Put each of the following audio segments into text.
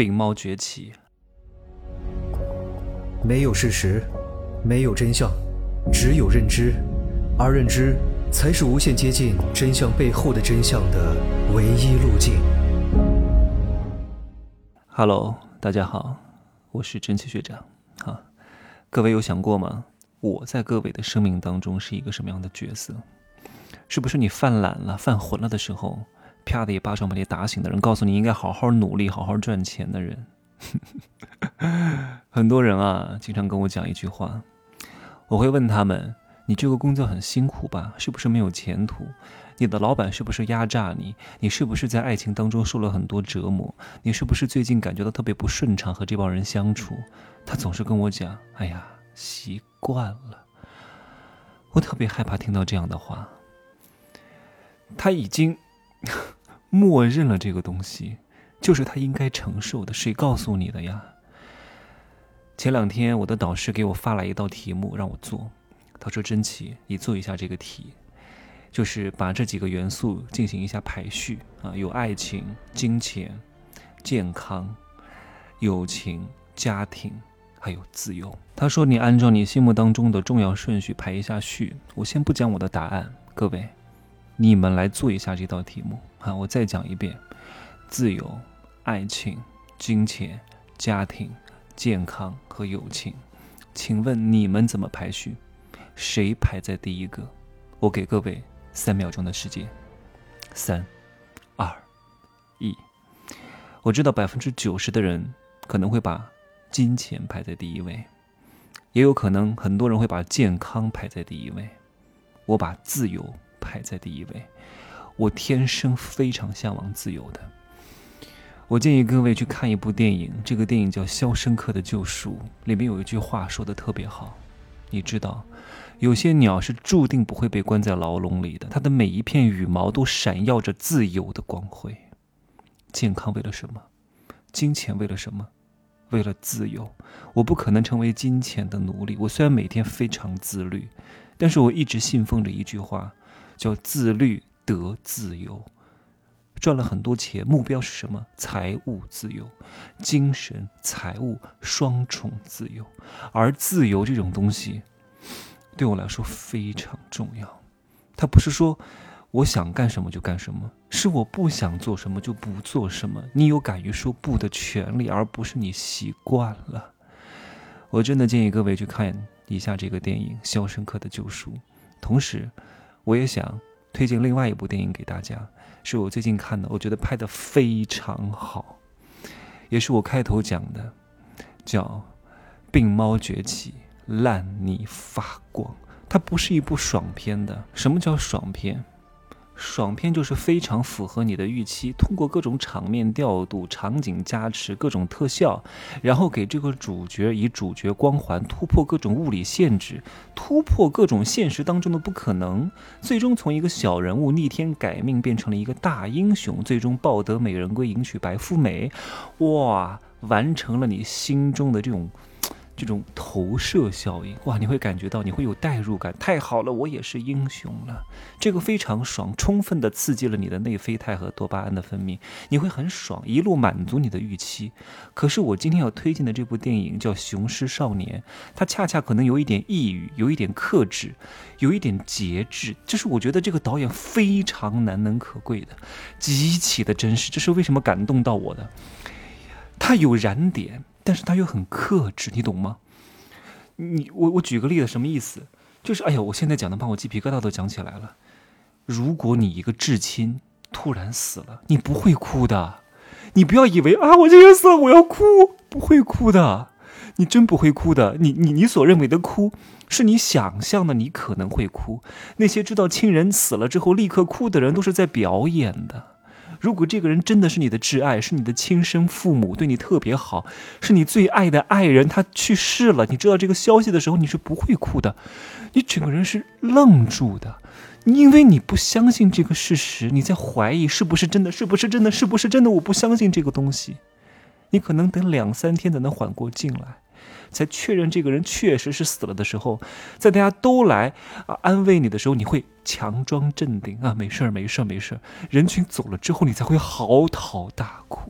病猫崛起。 没有事实，没有真相，只有认知，而认知才是无限接近真相背后的真相的唯一路径。 Hello， 大家好，我是真奇学长。各位有想过吗？我在各位的生命当中是一个什么样的角色？是不是你犯懒了、犯浑了的时候，啪的一巴掌把你打醒的人，告诉你应该好好努力、好好赚钱的人？很多人啊，经常跟我讲一句话，我会问他们：你这个工作很辛苦吧？是不是没有前途？你的老板是不是压榨你？你是不是在爱情当中受了很多折磨？你是不是最近感觉到特别不顺畅和这帮人相处？他总是跟我讲：哎呀，习惯了。我特别害怕听到这样的话。他已经默认了这个东西，就是他应该承受的。谁告诉你的呀？前2天我的导师给我发来一道题目让我做，他说：真奇，你做一下这个题，就是把这几个元素进行一下排序啊，有爱情、金钱、健康、友情、家庭还有自由。他说你按照你心目当中的重要顺序排一下序。我先不讲我的答案，各位你们来做一下这道题目啊！我再讲一遍：自由、爱情、金钱、家庭、健康和友情。请问你们怎么排序？谁排在第一个？我给各位3秒钟的时间。3、2、1。我知道90%的人可能会把金钱排在第一位，也有可能很多人会把健康排在第一位。我把自由排在第一位。我天生非常向往自由的。我建议各位去看一部电影，这个电影叫《肖申克的救赎》，里面有一句话说得特别好。你知道，有些鸟是注定不会被关在牢笼里的，它的每一片羽毛都闪耀着自由的光辉。健康为了什么？金钱为了什么？为了自由。我不可能成为金钱的奴隶。我虽然每天非常自律，但是我一直信奉着一句话，叫自律得自由。赚了很多钱，目标是什么？财务自由，精神财务双重自由。而自由这种东西对我来说非常重要。它不是说我想干什么就干什么，是我不想做什么就不做什么。你有敢于说不的权利，而不是你习惯了。我真的建议各位去看一下这个电影《肖申克的救赎》。同时我也想推荐另外一部电影给大家，是我最近看的，我觉得拍得非常好，也是我开头讲的，叫《病猫崛起，烂泥发光》。它不是一部爽片的。什么叫爽片？爽片就是非常符合你的预期，通过各种场面调度、场景加持、各种特效，然后给这个主角以主角光环，突破各种物理限制，突破各种现实当中的不可能，最终从一个小人物逆天改命变成了一个大英雄，最终抱得美人归，迎娶白富美。哇，完成了你心中的这种投射效应。哇，你会感觉到，你会有代入感。太好了，我也是英雄了。这个非常爽，充分的刺激了你的内啡肽和多巴胺的分泌，你会很爽，一路满足你的预期。可是我今天要推荐的这部电影叫《雄狮少年》，它恰恰可能有一点抑郁，有一点克制，有一点节制。这是我觉得这个导演非常难能可贵的，极其的真实。这是为什么感动到我的。它有燃点，但是他又很克制，你懂吗？我举个例子，什么意思？就是哎呀，我现在讲的把我鸡皮疙瘩都讲起来了。如果你一个至亲突然死了，你不会哭的。你不要以为啊，我这个人死了我要哭，不会哭的，你真不会哭的。你所认为的哭，是你想象的，你可能会哭。那些知道亲人死了之后立刻哭的人，都是在表演的。如果这个人真的是你的挚爱，是你的亲生父母，对你特别好，是你最爱的爱人，他去世了，你知道这个消息的时候，你是不会哭的，你整个人是愣住的，因为你不相信这个事实，你在怀疑是不是真的，是不是真的，是不是真的，我不相信这个东西。你可能等2、3天才能缓过劲来，才确认这个人确实是死了的时候，在大家都来安慰你的时候，你会强装镇定啊，没事儿没事儿没事儿。人群走了之后，你才会嚎啕大哭。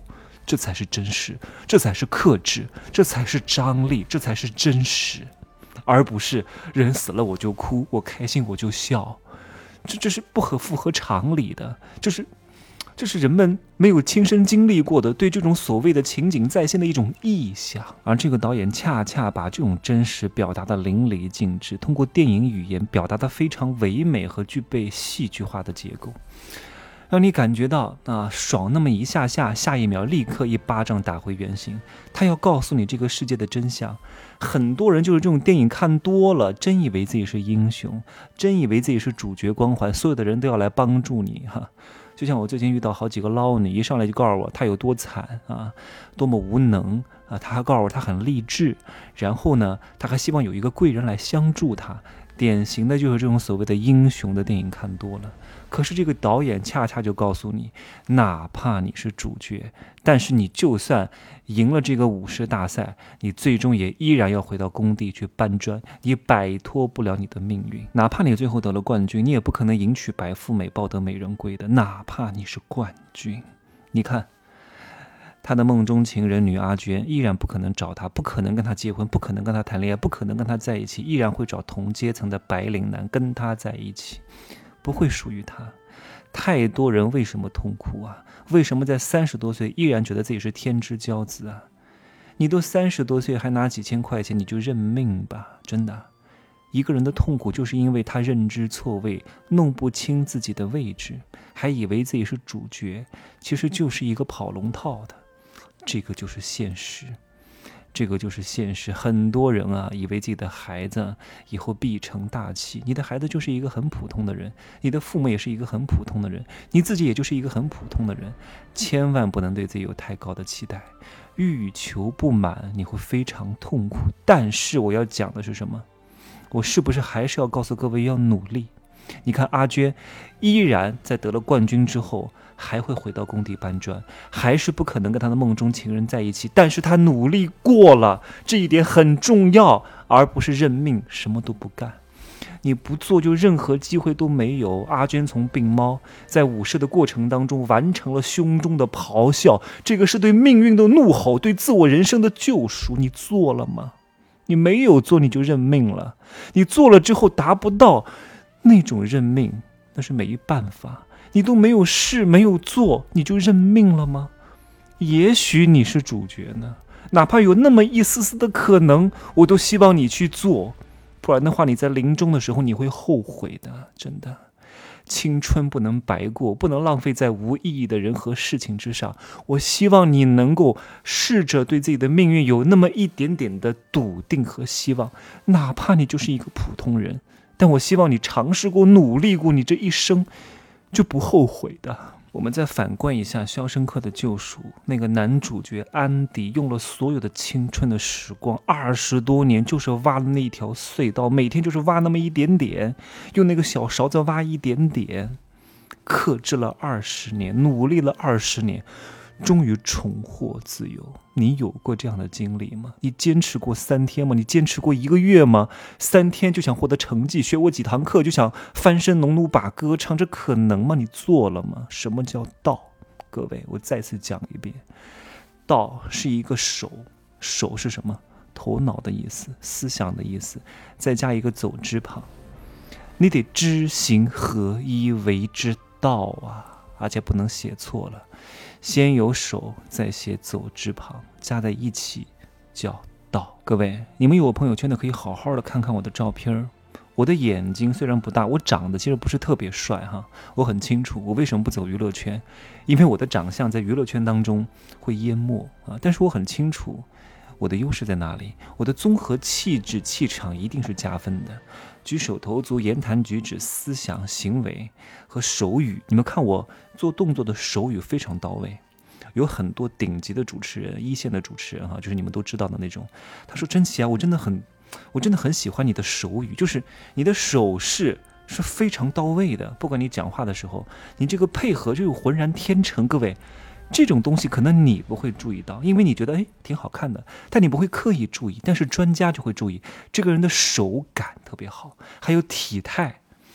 这才是真实，这才是克制，这才是张力，这才是真实，而不是人死了我就哭，我开心我就笑，这是不符合常理的，这是人们没有亲身经历过的对这种所谓的情景再现的一种臆想。而这个导演恰恰把这种真实表达的淋漓尽致，通过电影语言表达的非常唯美和具备戏剧化的结构，让你感觉到爽那么一下下，下一秒立刻一巴掌打回原形。他要告诉你这个世界的真相。很多人就是这种电影看多了，真以为自己是英雄，真以为自己是主角光环，所有的人都要来帮助你就像我最近遇到好几个捞女，一上来就告诉我他有多惨多么无能他还告诉我他很励志，然后呢，他还希望有一个贵人来相助他。典型的就是这种所谓的英雄的电影看多了。可是这个导演恰恰就告诉你，哪怕你是主角，但是你就算赢了这个武士大赛，你最终也依然要回到工地去搬砖，你摆脱不了你的命运。哪怕你最后得了冠军，你也不可能迎娶白富美抱得美人归的，哪怕你是冠军。你看他的梦中情人女阿娟依然不可能找他，不可能跟他结婚，不可能跟他谈恋爱，不可能跟他在一起，依然会找同阶层的白领男跟他在一起，不会属于他。太多人为什么痛苦为什么在30多岁依然觉得自己是天之骄子你都30多岁还拿几千块钱，你就认命吧，真的。一个人的痛苦就是因为他认知错位，弄不清自己的位置，还以为自己是主角，其实就是一个跑龙套的。这个就是现实，这个就是现实。很多人以为自己的孩子以后必成大器，你的孩子就是一个很普通的人，你的父母也是一个很普通的人，你自己也就是一个很普通的人。千万不能对自己有太高的期待，欲求不满，你会非常痛苦。但是我要讲的是什么？我是不是还是要告诉各位要努力？你看阿娟依然在得了冠军之后还会回到工地搬砖，还是不可能跟他的梦中情人在一起，但是他努力过了，这一点很重要，而不是认命什么都不干。你不做就任何机会都没有。阿娟从病猫在武士的过程当中完成了胸中的咆哮，这个是对命运的怒吼，对自我人生的救赎。你做了吗？你没有做你就认命了，你做了之后达不到那种认命，那是没办法。你都没有试没有做，你就认命了吗？也许你是主角呢，哪怕有那么一丝丝的可能，我都希望你去做，不然的话你在临终的时候你会后悔的，真的。青春不能白过，不能浪费在无意义的人和事情之上。我希望你能够试着对自己的命运有那么一点点的笃定和希望，哪怕你就是一个普通人，但我希望你尝试过努力过，你这一生就不后悔的。我们再反观一下《肖申克的救赎》，那个男主角安迪用了所有的青春的时光，20多年就是挖了那一条隧道，每天就是挖那么一点点，用那个小勺子挖一点点，克制了20年，努力了20年，终于重获自由。你有过这样的经历吗？你坚持过3天吗？你坚持过1个月吗？3天就想获得成绩，学过几堂课就想翻身农奴把歌唱，这可能吗？你做了吗？什么叫道？各位，我再次讲一遍，道是一个手，手是什么？头脑的意思，思想的意思，再加一个走之旁。你得知行合一为之道而且不能写错了，先有手再写走之旁，加在一起叫道。各位，你们有我朋友圈的可以好好的看看我的照片。我的眼睛虽然不大，我长得其实不是特别帅我很清楚我为什么不走娱乐圈，因为我的长相在娱乐圈当中会淹没但是我很清楚我的优势在哪里，我的综合气质气场一定是加分的。举手投足、言谈举止、思想行为和手语，你们看我做动作的手语非常到位。有很多顶级的主持人、一线的主持人就是你们都知道的那种，他说真奇我真的很喜欢你的手语，就是你的手势是非常到位的，不管你讲话的时候，你这个配合就有浑然天成。各位，这种东西可能你不会注意到，因为你觉得挺好看的，但你不会刻意注意，但是专家就会注意这个人的手感特别好，还有体态。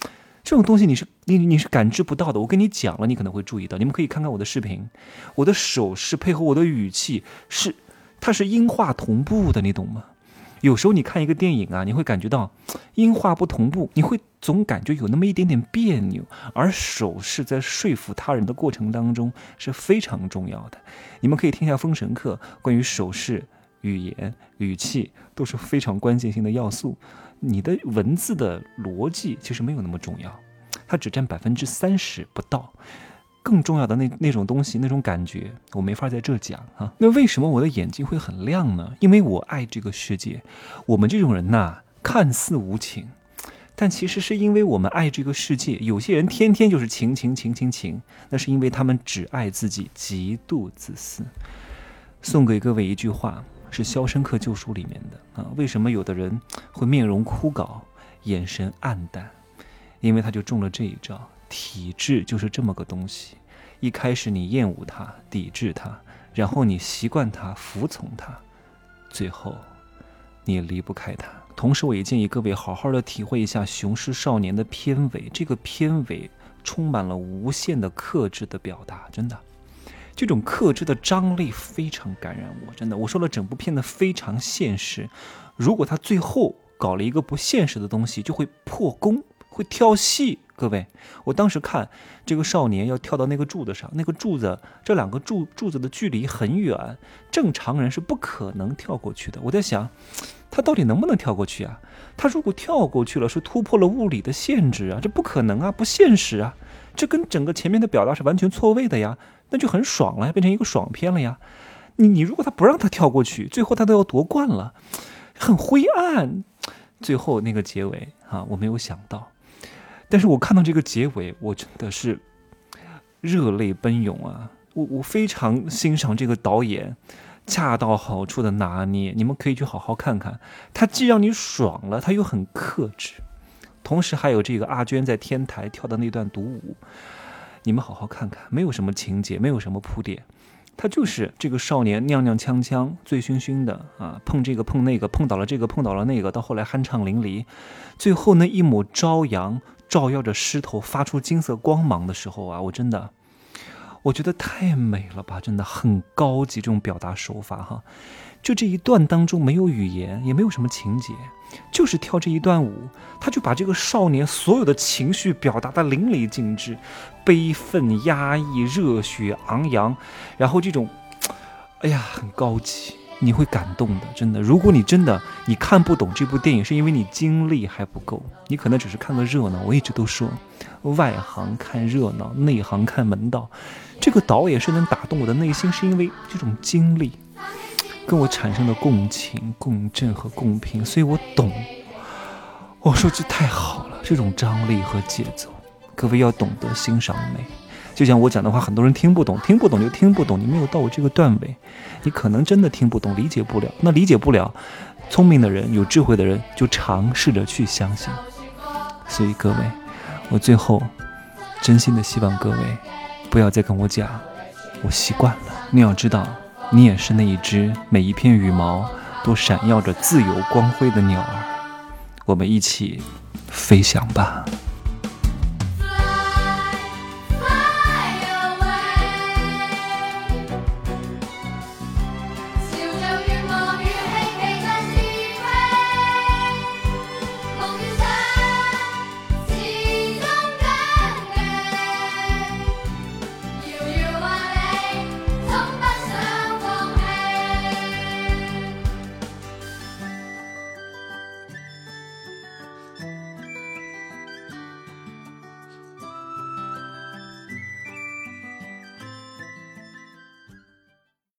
这种东西你是感知不到的。我跟你讲了，你可能会注意到。你们可以看看我的视频，我的手势配合我的语气它是音画同步的，你懂吗？有时候你看一个电影啊，你会感觉到音画不同步，你会总感觉有那么一点点别扭，而手势在说服他人的过程当中是非常重要的。你们可以听一下《封神课》，关于手势、语言、语气都是非常关键性的要素。你的文字的逻辑其实没有那么重要，它只占30%不到。更重要的那种东西，那种感觉，我没法在这讲啊。那为什么我的眼睛会很亮呢？因为我爱这个世界。我们这种人呐，看似无情，但其实是因为我们爱这个世界。有些人天天就是情，那是因为他们只爱自己，极度自私。送给各位一句话，是《肖申克救赎》里面的啊。为什么有的人会面容枯槁，眼神暗淡？因为他就中了这一招。体制就是这么个东西，一开始你厌恶它、抵制它，然后你习惯它、服从它，最后你离不开它。同时我也建议各位好好的体会一下《雄狮少年》的片尾，这个片尾充满了无限的克制的表达，真的，这种克制的张力非常感染我，真的。我说了，整部片子非常现实，如果他最后搞了一个不现实的东西，就会破功，会跳戏。各位，我当时看这个少年要跳到那个柱子上，那个柱子，这两个柱子的距离很远，正常人是不可能跳过去的。我在想，他到底能不能跳过去啊？他如果跳过去了，是突破了物理的限制啊，这不可能啊，不现实啊，这跟整个前面的表达是完全错位的呀，那就很爽了，变成一个爽片了呀。你如果他不让他跳过去，最后他都要夺冠了，很灰暗。最后那个结尾啊，我没有想到。但是我看到这个结尾，我真的是热泪奔涌啊！我非常欣赏这个导演恰到好处的拿捏，你们可以去好好看看。他既让你爽了，他又很克制。同时还有这个阿娟在天台跳的那段独舞，你们好好看看，没有什么情节，没有什么铺垫，他就是这个少年踉踉跄跄、醉醺醺的啊，碰这个碰那个，碰倒了这个碰倒了那个，到后来酣畅淋漓，最后那一抹朝阳照耀着狮头发出金色光芒的时候啊，我觉得太美了吧，真的很高级这种表达手法哈。就这一段当中没有语言，也没有什么情节，就是跳这一段舞，他就把这个少年所有的情绪表达得淋漓尽致，悲愤、压抑、热血、昂扬，然后这种，哎呀，很高级。你会感动的，真的。如果你真的你看不懂这部电影，是因为你经历还不够，你可能只是看个热闹。我一直都说，外行看热闹，内行看门道。这个导演是能打动我的内心，是因为这种经历跟我产生的共情、共振和共频，所以我懂。我说这太好了，这种张力和节奏，各位要懂得欣赏美。就像我讲的话，很多人听不懂，听不懂就听不懂，你没有到我这个段位，你可能真的听不懂，理解不了。那理解不了，聪明的人、有智慧的人就尝试着去相信。所以各位，我最后真心的希望各位不要再跟我讲我习惯了。你要知道，你也是那一只每一片羽毛都闪耀着自由光辉的鸟儿，我们一起飞翔吧。